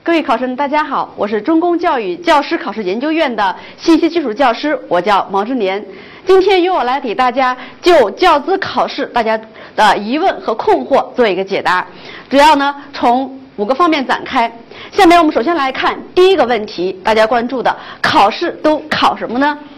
各位考生，大家好，我是中公教育教师考试研究院的信息技术教师，我叫毛之年。今天由我来给大家就教资考试大家的疑问和困惑做一个解答，主要呢从5个方面展开。下面我们首先来看第一个问题，大家关注的考试都考什么呢？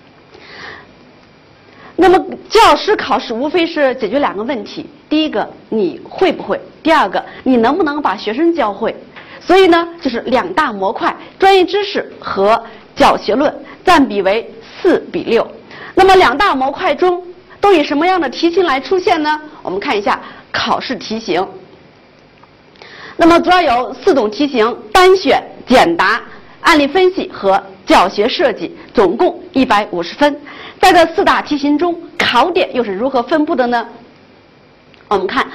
那么教师考试无非是解决2个问题，第一个你会不会，第二个你能不能把学生教会。所以呢就是2大模块，专业知识和教学论占比为4比6。那么2大模块中都以什么样的题型来出现呢？我们看一下考试题型。那么主要有4种题型：单选、简答、案例分析和教学设计，总共150分。在这4大题型中，考点又是如何分布的呢？我们看，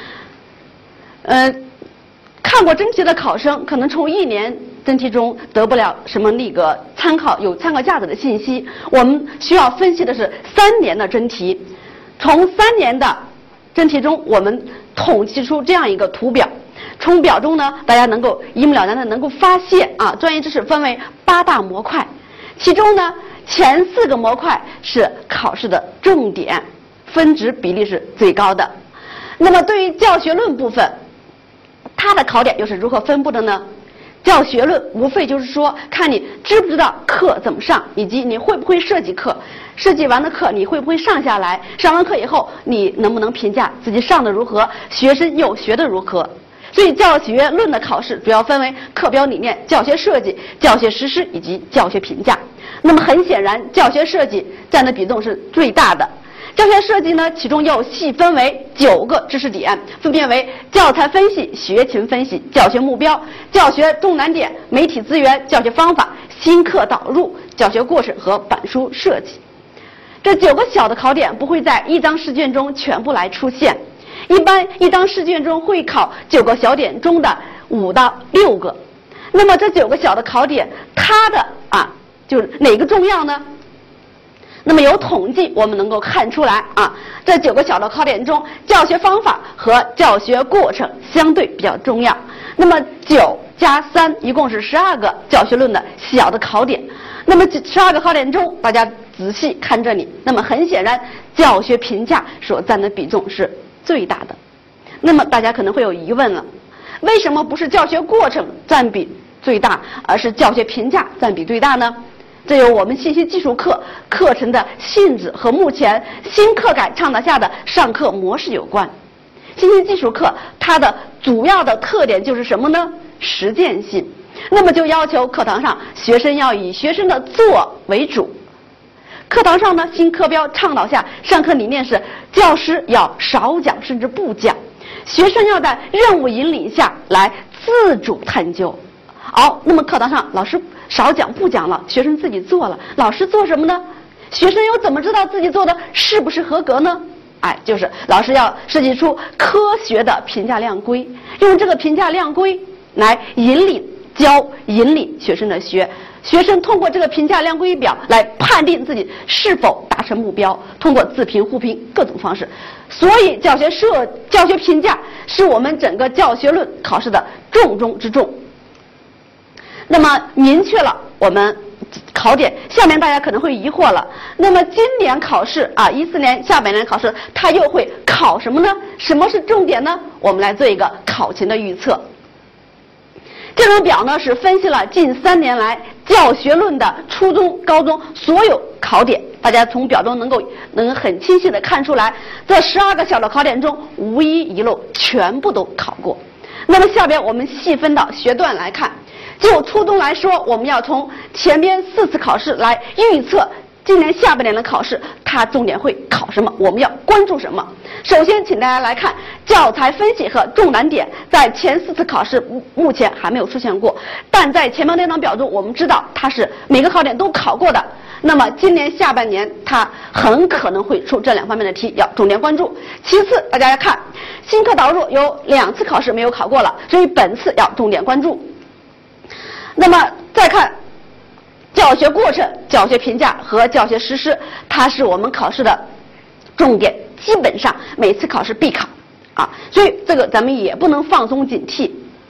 看过真题的考生可能从1年真题中得不了什么参考价值的信息，我们需要分析的是3年的真题。从3年的真题中，我们统计出这样一个图表。从表中呢，大家能够一目了然的能够发现专业知识分为8大模块，其中呢前4个模块是考试的重点，分值比例是最高的。那么对于教学论部分，它的考点又是如何分布的呢？教学论无非就是说看你知不知道课怎么上，以及你会不会设计课，设计完的课你会不会上下来，上完课以后你能不能评价自己上的如何，学生又学得如何。所以教学论的考试主要分为课表理念、教学设计、教学实施以及教学评价。那么很显然教学设计占的比重是最大的。教学设计呢，其中又细分为9个知识点，分别为教材分析、学情分析、教学目标、教学重难点、媒体资源、教学方法、新课导入、教学过程和板书设计。这9个小的考点不会在一张试卷中全部来出现，一般一张试卷中会考9个小点中的5到6个。那么这9个小的考点，它的就是哪个重要呢？那么有统计我们能够看出来这9个小的考点中，教学方法和教学过程相对比较重要。那么9加3一共是12个教学论的小的考点。那么12个考点中，大家仔细看这里，那么很显然教学评价所占的比重是最大的。那么大家可能会有疑问了，为什么不是教学过程占比最大，而是教学评价占比最大呢？这有我们信息技术课程的性质和目前新课改倡导下的上课模式有关。信息技术课它的主要的特点就是什么呢？实践性。那么就要求课堂上学生要以学生的做为主。课堂上呢，新课标倡导下上课理念是教师要少讲甚至不讲，学生要在任务引领下来自主探究。那么课堂上老师少讲不讲了，学生自己做了，老师做什么呢？学生又怎么知道自己做的是不是合格呢？就是老师要设计出科学的评价量规，用这个评价量规来引领学生的学生通过这个评价量规表来判定自己是否达成目标，通过自评互评各种方式。所以教学评价是我们整个教学论考试的重中之重。那么明确了我们考点，下面大家可能会疑惑了，那么今年考试14年下半年考试它又会考什么呢？什么是重点呢？我们来做一个考情的预测。这种表呢是分析了近3年来教学论的初中、高中所有考点，大家从表中能很清晰的看出来，这12个小的考点中无一遗漏，全部都考过。那么下边我们细分到学段来看，就初中来说，我们要从前边4次考试来预测今年下半年的考试它重点会考什么，我们要关注什么。首先请大家来看教材分析和重难点，在前4次考试目前还没有出现过，但在前面那张表中我们知道它是每个考点都考过的。那么今年下半年它很可能会出这2方面的题，要重点关注。其次大家来看新课导入有2次考试没有考过了，所以本次要重点关注。那么再看教学过程、教学评价和教学实施，它是我们考试的重点，基本上每次考试必考所以这个咱们也不能放松警惕。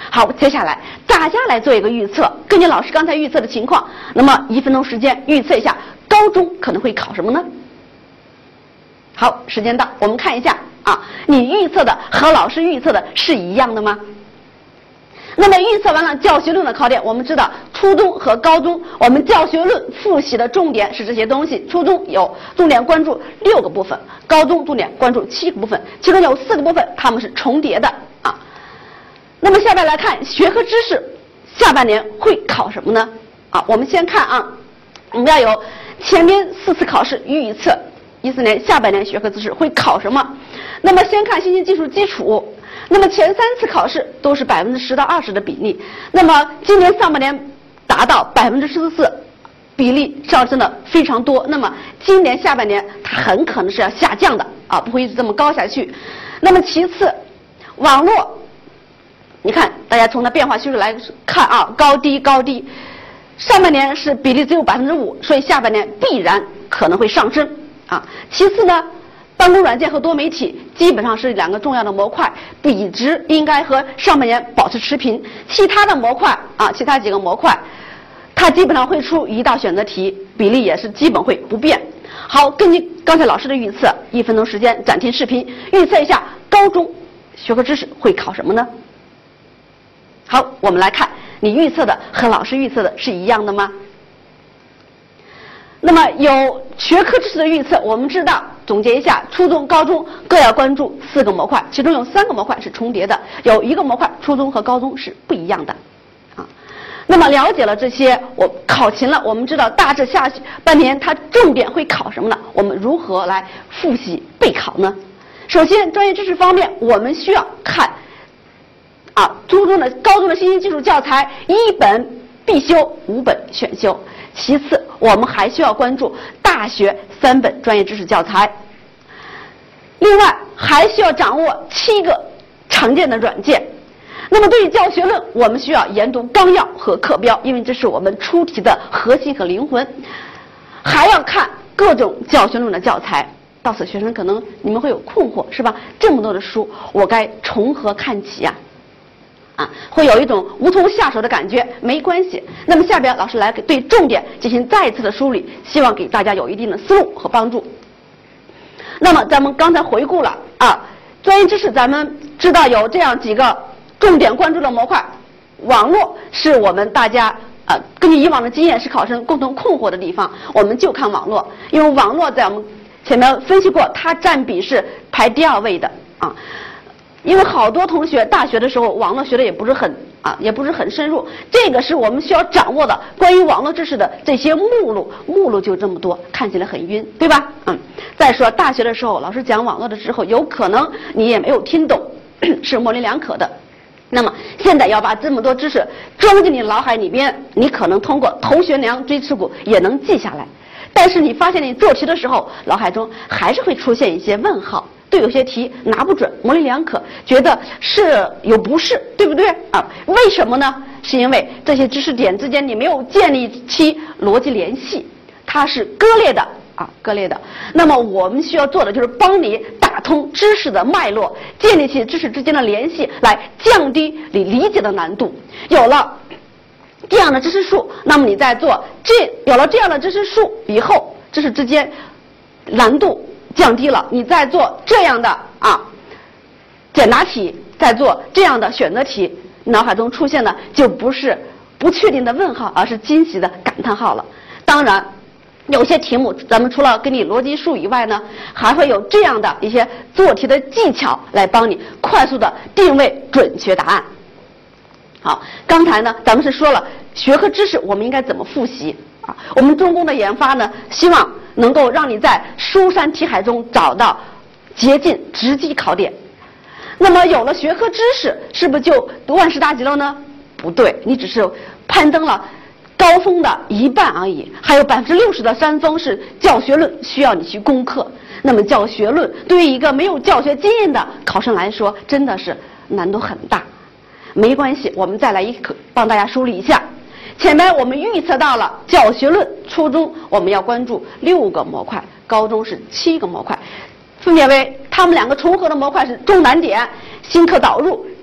好，接下来大家来做一个预测，根据老师刚才预测的情况，那么1分钟时间预测一下高中可能会考什么呢？好，时间到，我们看一下啊，你预测的和老师预测的是一样的吗？那么预测完了教学论的考点，我们知道初中和高中我们教学论复习的重点是这些东西，初中有重点关注6个部分，高中重点关注7个部分，其中有4个部分它们是重叠的啊。那么下边来看学科知识下半年会考什么呢？啊，我们先看啊，我们要有前面4次考试预测14年下半年学科知识会考什么。那么先看信息技术基础，那么前3次考试都是10%到20%的比例，那么今年上半年达到14%，比例上升的非常多，那么今年下半年它很可能是要下降的啊，不会一直这么高下去。那么其次网络，你看大家从它变化趋势来看啊，高低，上半年是比例只有5%，所以下半年必然可能会上升啊。其次呢，办公软件和多媒体基本上是2个重要的模块，比值应该和上半年保持持平。其他的模块啊，其他几个模块，它基本上会出1道选择题，比例也是基本会不变。好，根据刚才老师的预测，1分钟时间暂停视频，预测一下高中学科知识会考什么呢？好，我们来看你预测的和老师预测的是一样的吗？那么有学科知识的预测，我们知道总结一下，初中高中各要关注4个模块，其中有3个模块是重叠的，有1个模块初中和高中是不一样的啊。那么了解了这些，我考勤了，我们知道大致下半年它重点会考什么呢？我们如何来复习备考呢？首先专业知识方面，我们需要看啊，高中的信息技术教材1本必修，5本选修。其次我们还需要关注大学3本专业知识教材，另外还需要掌握7个常见的软件。那么对于教学论，我们需要研读纲要和课标，因为这是我们出题的核心和灵魂，还要看各种教学论的教材。到此学生可能你们会有困惑，是吧？这么多的书我该从何看起呀？会有一种无从下手的感觉，没关系。那么下边老师来对重点进行再一次的梳理，希望给大家有一定的思路和帮助。那么咱们刚才回顾了啊，专业知识咱们知道有这样几个重点关注的模块，网络是我们大家根据以往的经验是考生共同困惑的地方，我们就看网络，因为网络在我们前面分析过，它占比是排第2位的啊。因为好多同学大学的时候网络学的也不是很深入，这个是我们需要掌握的关于网络知识的这些目录就这么多，看起来很晕，对吧？再说大学的时候老师讲网络的时候，有可能你也没有听懂，是模棱两可的。那么现在要把这么多知识装进你脑海里边，你可能通过头悬梁锥刺股也能记下来，但是你发现你做题的时候脑海中还是会出现一些问号，对有些题拿不准，模棱两可，觉得是有不是，对不对啊？为什么呢？是因为这些知识点之间你没有建立起逻辑联系，它是割裂的。那么我们需要做的就是帮你打通知识的脉络，建立起知识之间的联系，来降低你理解的难度。有了这样的知识树，那么你在做有了这样的知识树以后，知识之间难度降低了，你再做这样的简答题，再做这样的选择题，脑海中出现的就不是不确定的问号，而是惊喜的感叹号了。当然有些题目咱们除了给你逻辑树以外呢，还会有这样的一些做题的技巧来帮你快速的定位准确答案。好，刚才呢咱们是说了学科知识我们应该怎么复习啊？我们中公的研发呢，希望能够让你在书山题海中找到捷径直击考点。那么有了学科知识，是不是就万事大吉了呢？不对，你只是攀登了高峰的一半而已，还有60%的山峰是教学论需要你去攻克。那么教学论对于一个没有教学经验的考生来说，真的是难度很大。没关系，我们再来帮大家梳理一下。前面我们预测到了教学论，初中我们要关注6个模块，高中是7个模块，分别为他们2个重合的模块是重难点、新课导入、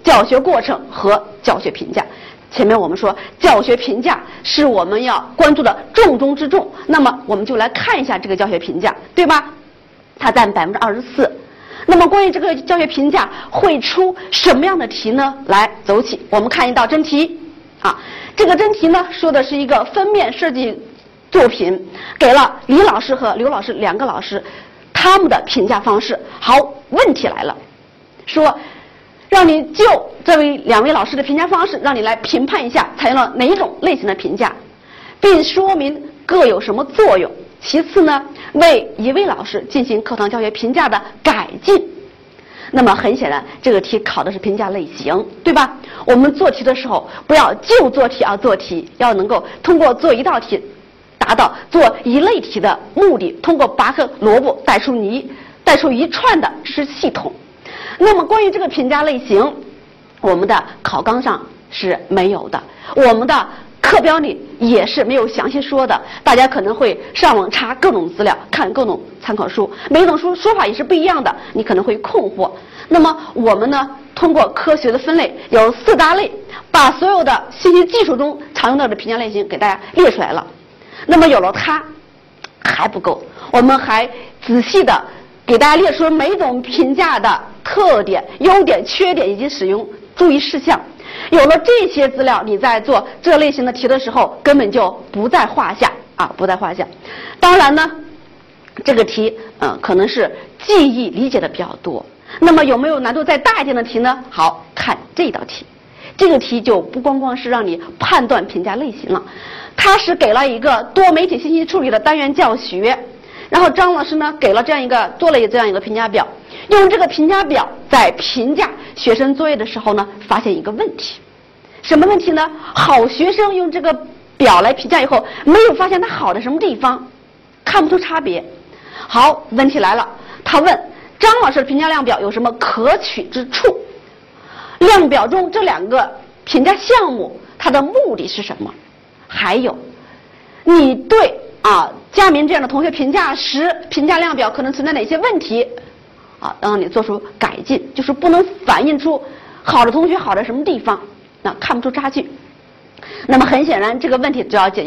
教学过程和教学评价。前面我们说教学评价是我们要关注的重中之重，那么我们就来看一下这个教学评价，对吧？它占24%。那么关于这个教学评价会出什么样的题呢？来，走起，我们看一道真题啊。这个真题呢说的是一个分面设计作品，给了李老师和刘老师2个老师他们的评价方式。好，问题来了，说让你就这2位老师的评价方式，让你来评判一下采用了哪一种类型的评价，并说明各有什么作用。其次呢，为一位老师进行课堂教学评价的改进。那么很显然，这个题考的是评价类型，对吧？我们做题的时候，不要就做题而做题，要能够通过做一道题，达到做一类题的目的，通过拔河萝卜带出一串的知识系统。那么关于这个评价类型，我们的考纲上是没有的，我们的课标里也是没有详细说的，大家可能会上网查各种资料，看各种参考书，每种书说法也是不一样的，你可能会困惑。那么我们呢，通过科学的分类，有4大类，把所有的信息技术中常用到的评价类型给大家列出来了。那么有了它还不够，我们还仔细的给大家列出每种评价的特点、优点、缺点以及使用注意事项。有了这些资料，你在做这类型的题的时候根本就不在话下啊，不在话下。当然呢，这个题可能是记忆理解的比较多。那么有没有难度再大一点的题呢？好，看这道题。这个题就不光光是让你判断评价类型了，它是给了一个多媒体信息处理的单元教学，然后张老师呢做了这样一个评价表，用这个评价表在评价学生作业的时候呢，发现一个问题。什么问题呢？好学生用这个表来评价以后，没有发现他好的什么地方，看不出差别。好，问题来了，他问张老师的评价量表有什么可取之处？量表中这2个评价项目它的目的是什么？还有你对佳明这样的同学评价时，评价量表可能存在哪些问题让你做出改进，就是不能反映出好的同学好的什么地方，看不出差距。那么很显然这个问题主要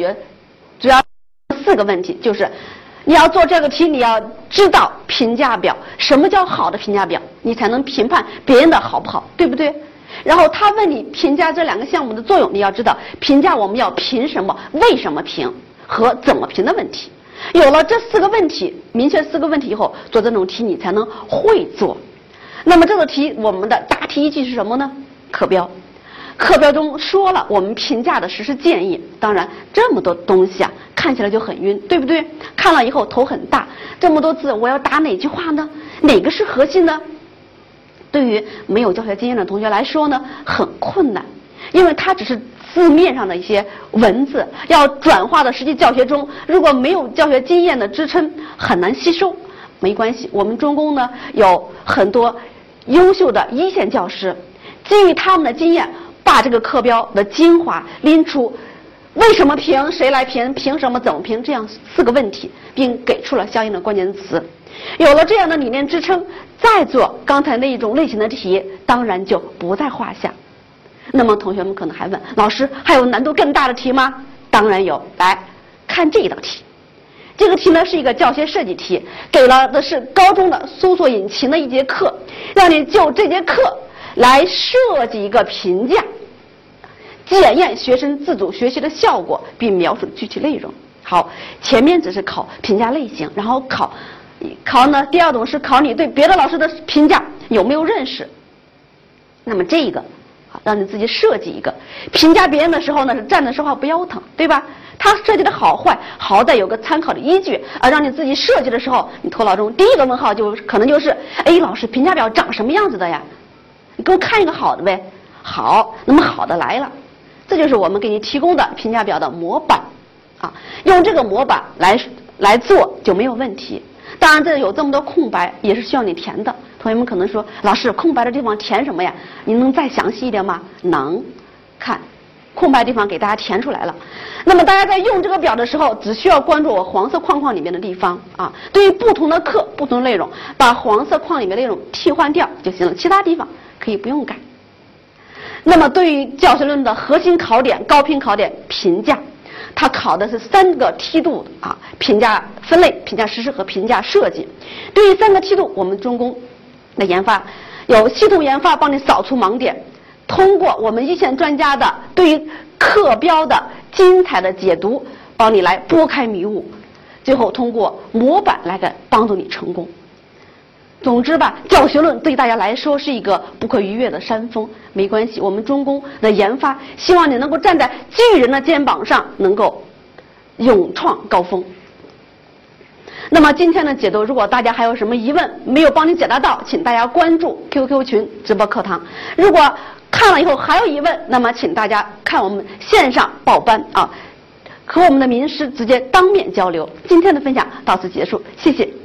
4个问题，就是你要做这个题，你要知道评价表，什么叫好的评价表，你才能评判别人的好不好，对不对？然后他问你评价这2个项目的作用，你要知道评价我们要评什么、为什么评和怎么评的问题。有了这4个问题，明确4个问题以后，做这种题你才能会做。那么这个题我们的答题依据是什么呢？课标。课标中说了我们评价的实施建议。当然这么多东西看起来就很晕，对不对？看了以后头很大，这么多字我要答哪句话呢？哪个是核心呢？对于没有教学经验的同学来说呢，很困难，因为它只是字面上的一些文字，要转化到实际教学中，如果没有教学经验的支撑，很难吸收。没关系，我们中公呢有很多优秀的一线教师，基于他们的经验，把这个课标的精华拎出，为什么评，谁来评，凭什么，怎么评，这样4个问题，并给出了相应的关键词。有了这样的理念支撑，再做刚才那一种类型的题，当然就不在话下。那么同学们可能还问，老师还有难度更大的题吗？当然有。来看这一道题，这个题呢是一个教学设计题，给了的是高中的搜索引擎的一节课，让你就这节课来设计一个评价，检验学生自主学习的效果，并描述具体内容。好，前面只是考评价类型，然后考呢第2种是考你对别的老师的评价有没有认识。那么这个让你自己设计一个评价别人的时候呢，是站着说话不腰疼，对吧？他设计的好坏好歹有个参考的依据，而让你自己设计的时候，你头脑中第一个问号就可能就是老师评价表长什么样子的呀？你给我看一个好的呗。好，那么好的来了，这就是我们给你提供的评价表的模板用这个模板来做就没有问题。当然这有这么多空白也是需要你填的，同学们可能说，老师空白的地方填什么呀？你能再详细一点吗？能。看空白地方给大家填出来了。那么大家在用这个表的时候，只需要关注我黄色框框里面的地方对于不同的课不同的内容，把黄色框里面的内容替换掉就行了，其他地方可以不用改。 那么对于教学论的核心考点、高频考点评价，它考的是3个梯度啊，评价分类、评价实施和评价设计。对于3个梯度，我们中公的研发有系统研发帮你扫除盲点，通过我们一线专家的对于课标的精彩的解读，帮你来拨开迷雾，最后通过模板来帮助你成功。总之吧，教学论对大家来说是一个不可逾越的山峰，没关系，我们中公的研发希望你能够站在巨人的肩膀上，能够勇创高峰。那么今天的解读，如果大家还有什么疑问没有帮你解答到，请大家关注 QQ 群直播课堂。如果看了以后还有疑问，那么请大家看我们线上报班啊，和我们的名师直接当面交流。今天的分享到此结束，谢谢。